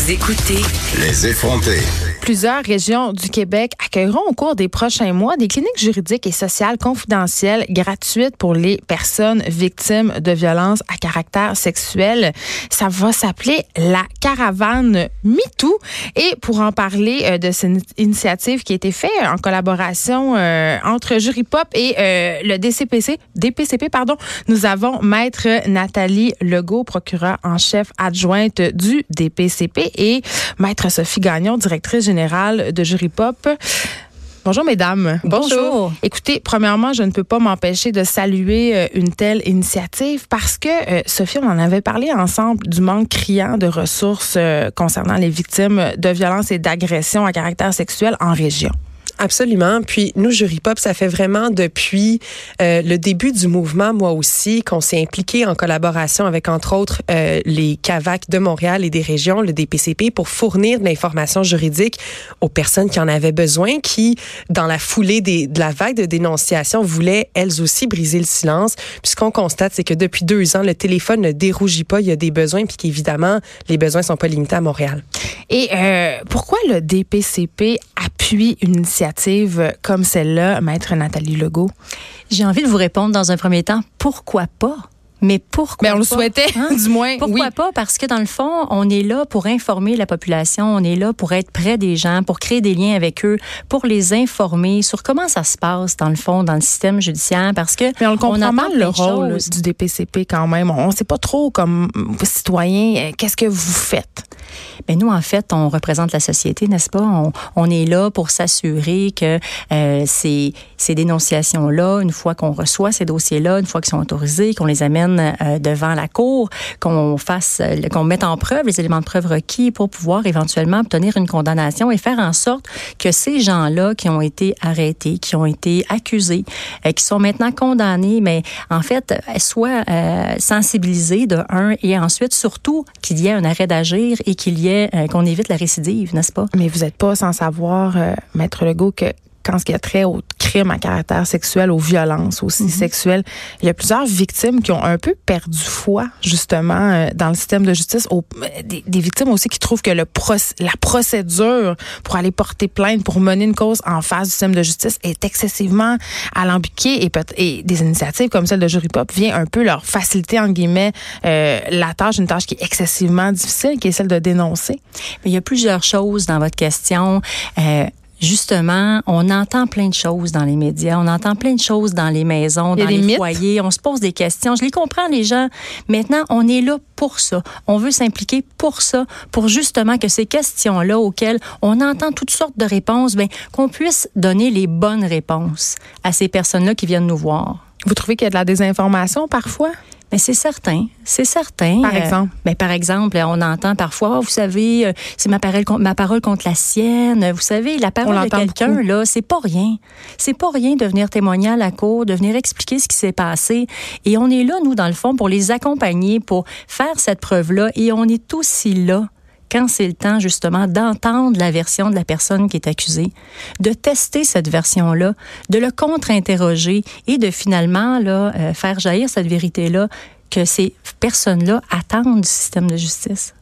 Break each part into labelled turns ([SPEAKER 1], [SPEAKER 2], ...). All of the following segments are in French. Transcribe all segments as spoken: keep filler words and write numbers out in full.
[SPEAKER 1] Vous écoutez
[SPEAKER 2] Les effrontés.
[SPEAKER 3] Plusieurs régions du Québec accueilleront au cours des prochains mois des cliniques juridiques et sociales confidentielles gratuites pour les personnes victimes de violences à caractère sexuel. Ça va s'appeler la caravane MeToo. Et pour en parler euh, de cette initiative qui a été faite en collaboration euh, entre Juripop et euh, le D C P C, D P C P, pardon, nous avons Maître Nathalie Legault, procureure en chef adjointe du D P C P, et Maître Sophie Gagnon, directrice générale de Juripop. Bonjour, mesdames.
[SPEAKER 4] Bonjour.
[SPEAKER 3] Écoutez, premièrement, je ne peux pas m'empêcher de saluer euh, une telle initiative parce que, euh, Sophie, on en avait parlé ensemble du manque criant de ressources euh, concernant les victimes de violences et d'agressions à caractère sexuel en région.
[SPEAKER 4] Absolument. Puis nous, Juripop, ça fait vraiment depuis euh, le début du mouvement, moi aussi, qu'on s'est impliqué en collaboration avec, entre autres, euh, les C A V A C de Montréal et des régions, le D P C P, pour fournir de l'information juridique aux personnes qui en avaient besoin, qui, dans la foulée des, de la vague de dénonciation, voulaient, elles aussi, briser le silence. Puis ce qu'on constate, c'est que depuis deux ans, le téléphone ne dérougit pas. Il y a des besoins, puis qu'évidemment, les besoins ne sont pas limités à Montréal.
[SPEAKER 3] Et euh, pourquoi le D P C P appuie une initiative comme celle-là, Maître Nathalie Legault?
[SPEAKER 5] J'ai envie de vous répondre dans un premier temps, pourquoi pas? Mais pourquoi
[SPEAKER 3] Mais on
[SPEAKER 5] pas?
[SPEAKER 3] le souhaitait, hein? Du moins.
[SPEAKER 5] Pourquoi
[SPEAKER 3] oui.
[SPEAKER 5] pas? Parce que dans le fond, on est là pour informer la population, on est là pour être près des gens, pour créer des liens avec eux, pour les informer sur comment ça se passe dans le fond, dans le système judiciaire, parce que
[SPEAKER 3] mais on le comprend
[SPEAKER 5] on
[SPEAKER 3] mal le rôle choses. du D P C P quand même. On ne sait pas trop comme citoyen qu'est-ce que vous faites.
[SPEAKER 5] Mais nous, en fait, on représente la société, n'est-ce pas? On, on est là pour s'assurer que euh, ces, ces dénonciations-là, une fois qu'on reçoit ces dossiers-là, une fois qu'ils sont autorisés, qu'on les amène euh, devant la cour, qu'on fasse, euh, qu'on mette en preuve les éléments de preuve requis pour pouvoir éventuellement obtenir une condamnation et faire en sorte que ces gens-là qui ont été arrêtés, qui ont été accusés, euh, qui sont maintenant condamnés, mais en fait, soient euh, sensibilisés de un, et ensuite, surtout, qu'il y ait un arrêt d'agir et qu'il y ait, euh, qu'on évite la récidive, n'est-ce pas?
[SPEAKER 3] Mais vous n'êtes pas sans savoir, euh, Maître Legault, que quand ce qui a trait aux crimes à caractère sexuel, aux violences aussi mm-hmm. sexuelles, il y a plusieurs victimes qui ont un peu perdu foi, justement, euh, dans le système de justice. Au, des, des victimes aussi qui trouvent que le proc- la procédure pour aller porter plainte, pour mener une cause en face du système de justice est excessivement alambiquée, et, peut- et des initiatives comme celle de Juripop vient un peu leur faciliter, entre guillemets, euh, la tâche, une tâche qui est excessivement difficile, qui est celle de dénoncer.
[SPEAKER 5] Mais il y a plusieurs choses dans votre question. Euh, Justement, on entend plein de choses dans les médias, on entend plein de choses dans les maisons, dans les mythes. Foyers, on se pose des questions. Je les comprends, les gens. Maintenant, on est là pour ça. On veut s'impliquer pour ça, pour justement que ces questions-là auxquelles on entend toutes sortes de réponses, bien, qu'on puisse donner les bonnes réponses à ces personnes-là qui viennent nous voir.
[SPEAKER 3] Vous trouvez qu'il y a de la désinformation parfois?
[SPEAKER 5] Mais c'est certain, c'est certain.
[SPEAKER 3] Par exemple?
[SPEAKER 5] Euh, ben par exemple, on entend parfois, oh, vous savez, euh, c'est ma parole, ma parole contre la sienne. Vous savez, la parole de quelqu'un, beaucoup. Là, c'est pas rien. C'est pas rien de venir témoigner à la cour, de venir expliquer ce qui s'est passé. Et on est là, nous, dans le fond, pour les accompagner, pour faire cette preuve-là. Et on est aussi là quand c'est le temps, justement, d'entendre la version de la personne qui est accusée, de tester cette version-là, de le contre-interroger et de finalement là, euh, faire jaillir cette vérité-là que ces personnes-là attendent du système de justice.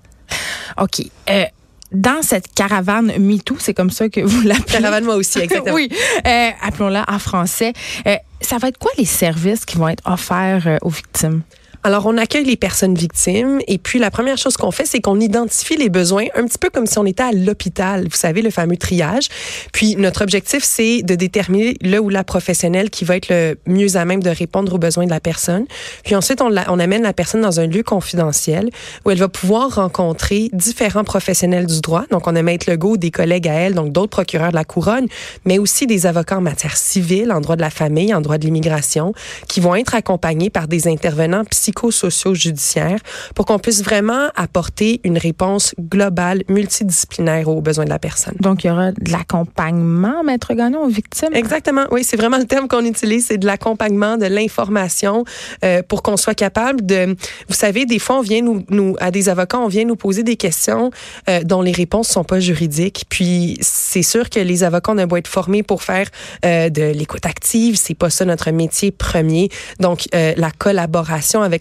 [SPEAKER 3] OK. Euh, dans cette caravane MeToo, c'est comme ça que vous l'appelez.
[SPEAKER 4] Caravane, moi aussi, exactement.
[SPEAKER 3] Oui. Euh, appelons-la en français. Euh, ça va être quoi les services qui vont être offerts euh, aux victimes?
[SPEAKER 4] Alors, on accueille les personnes victimes et puis la première chose qu'on fait, c'est qu'on identifie les besoins un petit peu comme si on était à l'hôpital. Vous savez, le fameux triage. Puis, notre objectif, c'est de déterminer le ou la professionnelle qui va être le mieux à même de répondre aux besoins de la personne. Puis ensuite, on, la, on amène la personne dans un lieu confidentiel où elle va pouvoir rencontrer différents professionnels du droit. Donc, on a Maître Legault, des collègues à elle, donc d'autres procureurs de la Couronne, mais aussi des avocats en matière civile, en droit de la famille, en droit de l'immigration, qui vont être accompagnés par des intervenants psychologiques psychosociaux-judiciaires pour qu'on puisse vraiment apporter une réponse globale, multidisciplinaire aux besoins de la personne.
[SPEAKER 3] Donc, il y aura de l'accompagnement, Maître Gagnon, aux victimes?
[SPEAKER 4] Exactement. Oui, c'est vraiment le terme qu'on utilise, c'est de l'accompagnement, de l'information euh, pour qu'on soit capable de... Vous savez, des fois, on vient nous, nous à des avocats, on vient nous poser des questions euh, dont les réponses sont pas juridiques. Puis, c'est sûr que les avocats, on a beau être formés pour faire euh, de l'écoute active, c'est pas ça notre métier premier. Donc, euh, la collaboration avec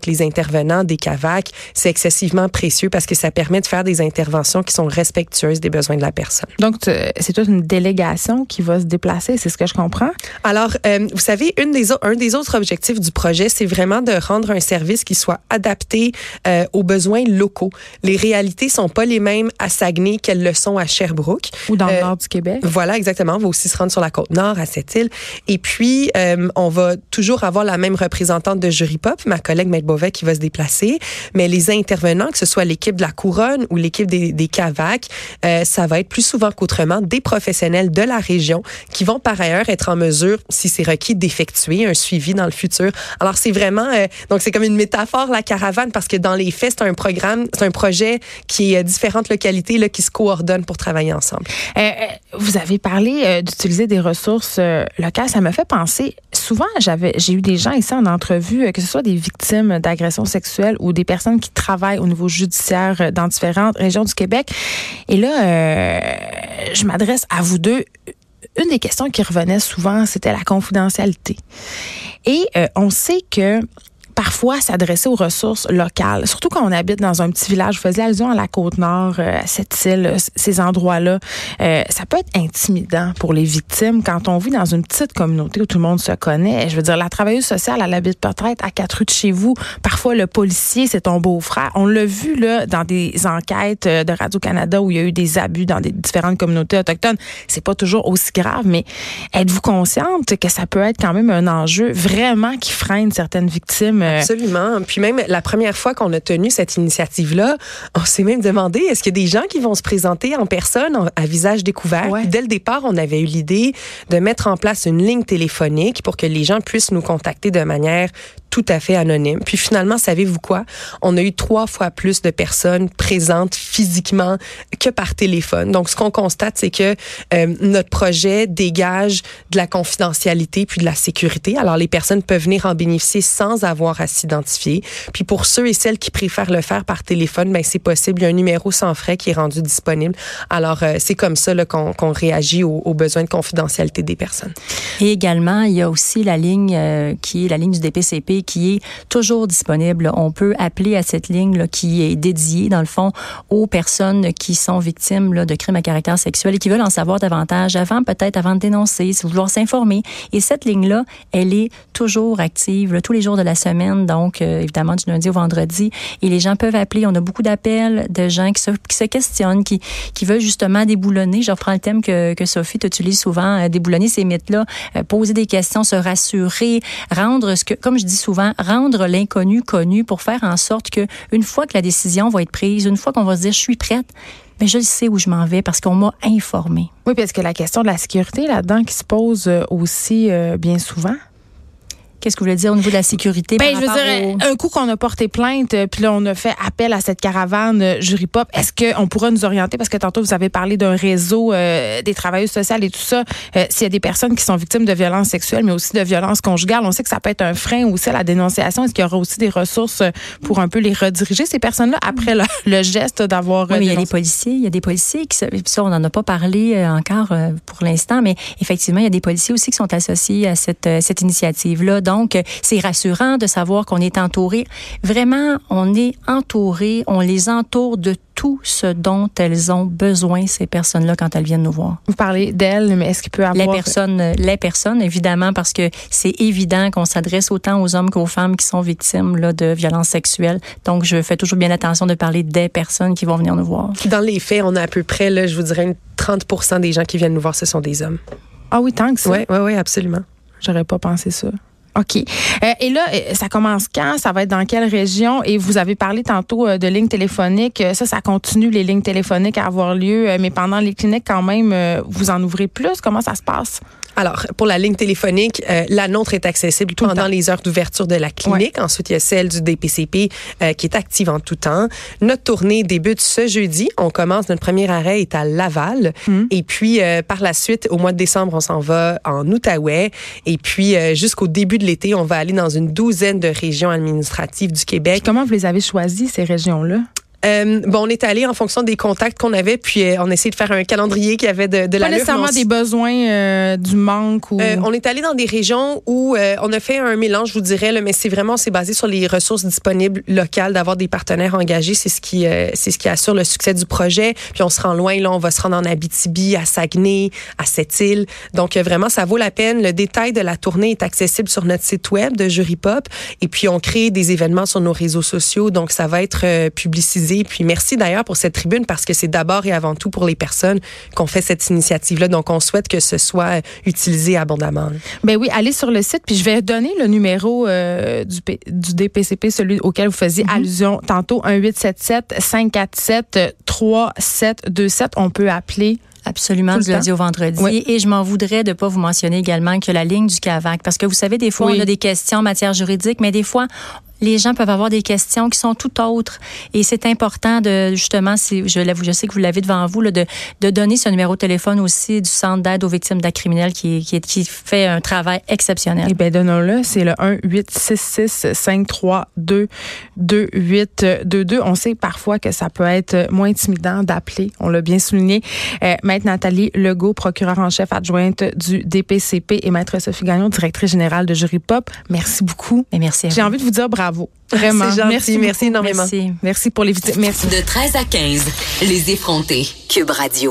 [SPEAKER 4] avec les intervenants des C A V A C, c'est excessivement précieux parce que ça permet de faire des interventions qui sont respectueuses des besoins de la personne.
[SPEAKER 3] Donc, c'est toute une délégation qui va se déplacer, c'est ce que je comprends?
[SPEAKER 4] Alors, euh, vous savez, une des, un des autres objectifs du projet, c'est vraiment de rendre un service qui soit adapté euh, aux besoins locaux. Les réalités sont pas les mêmes à Saguenay qu'elles le sont à Sherbrooke.
[SPEAKER 3] Ou dans
[SPEAKER 4] euh,
[SPEAKER 3] le nord du Québec.
[SPEAKER 4] Voilà, exactement. On va aussi se rendre sur la Côte-Nord, à Sept-Îles. Et puis, euh, on va toujours avoir la même représentante de Jury Pop, ma collègue Maître Beauvais, qui va se déplacer. Mais les intervenants, que ce soit l'équipe de la Couronne ou l'équipe des, des C A V A C, euh, ça va être plus souvent qu'autrement des professionnels de la région qui vont par ailleurs être en mesure, si c'est requis, d'effectuer un suivi dans le futur. Alors, c'est vraiment... Euh, donc, c'est comme une métaphore, la caravane, parce que dans les faits, c'est un programme, c'est un projet qui est différentes localités là, qui se coordonnent pour travailler ensemble.
[SPEAKER 3] Euh, vous avez parlé euh, d'utiliser des ressources euh, locales. Ça me fait penser, souvent, j'avais, j'ai eu des gens ici en entrevue, euh, que ce soit des victimes d'agressions sexuelles ou des personnes qui travaillent au niveau judiciaire euh, dans différentes régions du Québec. Et là, euh, je m'adresse à vous deux. Une des questions qui revenait souvent, c'était la confidentialité. Et euh, on sait que parfois s'adresser aux ressources locales, surtout quand on habite dans un petit village. Je faisais allusion à la Côte-Nord, euh, à Sept-Îles, ces endroits-là. Euh, ça peut être intimidant pour les victimes quand on vit dans une petite communauté où tout le monde se connaît. Je veux dire, la travailleuse sociale, elle habite peut-être à quatre rues de chez vous. Parfois, le policier, c'est ton beau-frère. On l'a vu là dans des enquêtes de Radio-Canada où il y a eu des abus dans des différentes communautés autochtones. C'est pas toujours aussi grave, mais êtes-vous consciente que ça peut être quand même un enjeu vraiment qui freine certaines victimes?
[SPEAKER 4] Absolument. Puis même la première fois qu'on a tenu cette initiative-là, on s'est même demandé, est-ce qu'il y a des gens qui vont se présenter en personne, en, à visage découvert?
[SPEAKER 3] Ouais.
[SPEAKER 4] Dès le départ, on avait eu l'idée de mettre en place une ligne téléphonique pour que les gens puissent nous contacter de manière tout à fait anonyme. Puis finalement, savez-vous quoi? On a eu trois fois plus de personnes présentes physiquement que par téléphone. Donc, ce qu'on constate, c'est que euh, notre projet dégage de la confidentialité puis de la sécurité. Alors, les personnes peuvent venir en bénéficier sans avoir à s'identifier. Puis pour ceux et celles qui préfèrent le faire par téléphone, ben c'est possible. Il y a un numéro sans frais qui est rendu disponible. Alors, euh, c'est comme ça là, qu'on, qu'on réagit aux, aux besoins de confidentialité des personnes.
[SPEAKER 5] Et également, il y a aussi la ligne euh, qui est la ligne du D P C P qui est toujours disponible. On peut appeler à cette ligne là, qui est dédiée, dans le fond, aux personnes qui sont victimes là, de crimes à caractère sexuel et qui veulent en savoir davantage avant, peut-être avant de dénoncer, si vouloir s'informer. Et cette ligne-là, elle est toujours active là, tous les jours de la semaine, donc euh, évidemment du lundi au vendredi. Et les gens peuvent appeler. On a beaucoup d'appels de gens qui se, qui se questionnent, qui, qui veulent justement déboulonner. Je reprends le thème que, que Sophie t'utilise souvent, euh, déboulonner ces mythes-là, euh, poser des questions, se rassurer, rendre ce que, comme je dis souvent, rendre l'inconnu connu pour faire en sorte que une fois que la décision va être prise, une fois qu'on va se dire je suis prête, mais je sais où je m'en vais parce qu'on m'a informée.
[SPEAKER 3] Oui, parce que la question de la sécurité là-dedans qui se pose aussi euh, bien souvent.
[SPEAKER 5] Qu'est-ce que vous voulez dire au niveau de la sécurité?
[SPEAKER 3] Ben, je veux dire, au... un coup qu'on a porté plainte, puis là, on a fait appel à cette caravane euh, Jury Pop, est-ce qu'on pourra nous orienter? Parce que tantôt, vous avez parlé d'un réseau euh, des travailleuses sociales et tout ça. Euh, s'il y a des personnes qui sont victimes de violences sexuelles, mais aussi de violences conjugales, on sait que ça peut être un frein aussi à la dénonciation. Est-ce qu'il y aura aussi des ressources pour un peu les rediriger, ces personnes-là, après le, le geste d'avoir...
[SPEAKER 5] Oui, mais il y a des policiers. Il y a des policiers qui... Ça, on n'en a pas parlé encore pour l'instant, mais effectivement, il y a des policiers aussi qui sont associés à cette, cette initiative-là. Donc, c'est rassurant de savoir qu'on est entouré. Vraiment, on est entouré, on les entoure de tout ce dont elles ont besoin, ces personnes-là, quand elles viennent nous voir.
[SPEAKER 3] Vous parlez d'elles, mais est-ce qu'il peut avoir...
[SPEAKER 5] Les personnes, les personnes, évidemment, parce que c'est évident qu'on s'adresse autant aux hommes qu'aux femmes qui sont victimes là, de violences sexuelles. Donc, je fais toujours bien attention de parler des personnes qui vont venir nous voir.
[SPEAKER 4] Dans les faits, on a à peu près, là, je vous dirais, trente pour cent des gens qui viennent nous voir, ce sont des hommes.
[SPEAKER 3] Ah oui, tant que ça?
[SPEAKER 4] Oui, oui, oui, absolument.
[SPEAKER 3] J'aurais pas pensé ça. OK. Euh, et là, ça commence quand? Ça va être dans quelle région? Et vous avez parlé tantôt euh, de lignes téléphoniques. Ça, ça continue, les lignes téléphoniques à avoir lieu. Euh, mais pendant les cliniques, quand même, euh, vous en ouvrez plus? Comment ça se passe?
[SPEAKER 4] Alors, pour la ligne téléphonique, euh, la nôtre est accessible
[SPEAKER 3] tout
[SPEAKER 4] pendant les heures d'ouverture de la clinique. Ouais. Ensuite, il y a celle du D P C P euh, qui est active en tout temps. Notre tournée débute ce jeudi. On commence, notre premier arrêt est à Laval. Mmh. Et puis, euh, par la suite, au mois de décembre, on s'en va en Outaouais. Et puis, euh, jusqu'au début de l'été, on va aller dans une douzaine de régions administratives du Québec.
[SPEAKER 3] Puis comment vous les avez choisies, ces régions-là?
[SPEAKER 4] Euh, bon, on est allé en fonction des contacts qu'on avait, puis euh, on a essayé de faire un calendrier qui avait de, de
[SPEAKER 3] Pas
[SPEAKER 4] la
[SPEAKER 3] nécessairement des besoins, euh, du manque ou...
[SPEAKER 4] Euh, on est allé dans des régions où euh, on a fait un mélange, je vous dirais, là, mais c'est vraiment, c'est basé sur les ressources disponibles locales, d'avoir des partenaires engagés. C'est ce qui, euh, c'est ce qui assure le succès du projet. Puis on se rend loin, là, on va se rendre en Abitibi, à Saguenay, à Sept-Îles. Donc euh, vraiment, ça vaut la peine. Le détail de la tournée est accessible sur notre site web de Jury Pop. Et puis on crée des événements sur nos réseaux sociaux, donc ça va être euh, publicisé. Puis merci d'ailleurs pour cette tribune parce que c'est d'abord et avant tout pour les personnes qu'on fait cette initiative-là. Donc on souhaite que ce soit utilisé abondamment.
[SPEAKER 3] Ben oui, allez sur le site, puis je vais donner le numéro euh, du, P- du D P C P, celui auquel vous faisiez mm-hmm. allusion tantôt, un huit sept sept, cinq quatre sept, trois sept deux sept. On peut appeler.
[SPEAKER 5] Absolument, du lundi au vendredi. Oui. Et je m'en voudrais de ne pas vous mentionner également que la ligne du C A V A C, parce que vous savez, des fois, oui. on a des questions en matière juridique, mais des fois, les gens peuvent avoir des questions qui sont tout autres. Et c'est important de, justement, si je, je sais que vous l'avez devant vous, là, de, de donner ce numéro de téléphone aussi du Centre d'aide aux victimes d'actes criminels qui, qui, qui fait un travail exceptionnel.
[SPEAKER 3] Eh bien, donnons-le. C'est le un huit six six, cinq trois deux, deux huit deux deux. On sait parfois que ça peut être moins intimidant d'appeler. On l'a bien souligné. Euh, Maître Nathalie Legault, procureure en chef adjointe du D P C P, et Maître Sophie Gagnon, directrice générale de Jury Pop. Merci beaucoup.
[SPEAKER 5] Et merci à vous.
[SPEAKER 3] J'ai envie de vous dire bravo. Vraiment.
[SPEAKER 4] C'est gentil.
[SPEAKER 3] Merci,
[SPEAKER 4] merci énormément.
[SPEAKER 3] Merci. Merci pour les visites. Merci.
[SPEAKER 1] De treize à quinze, les effrontés. Cube Radio.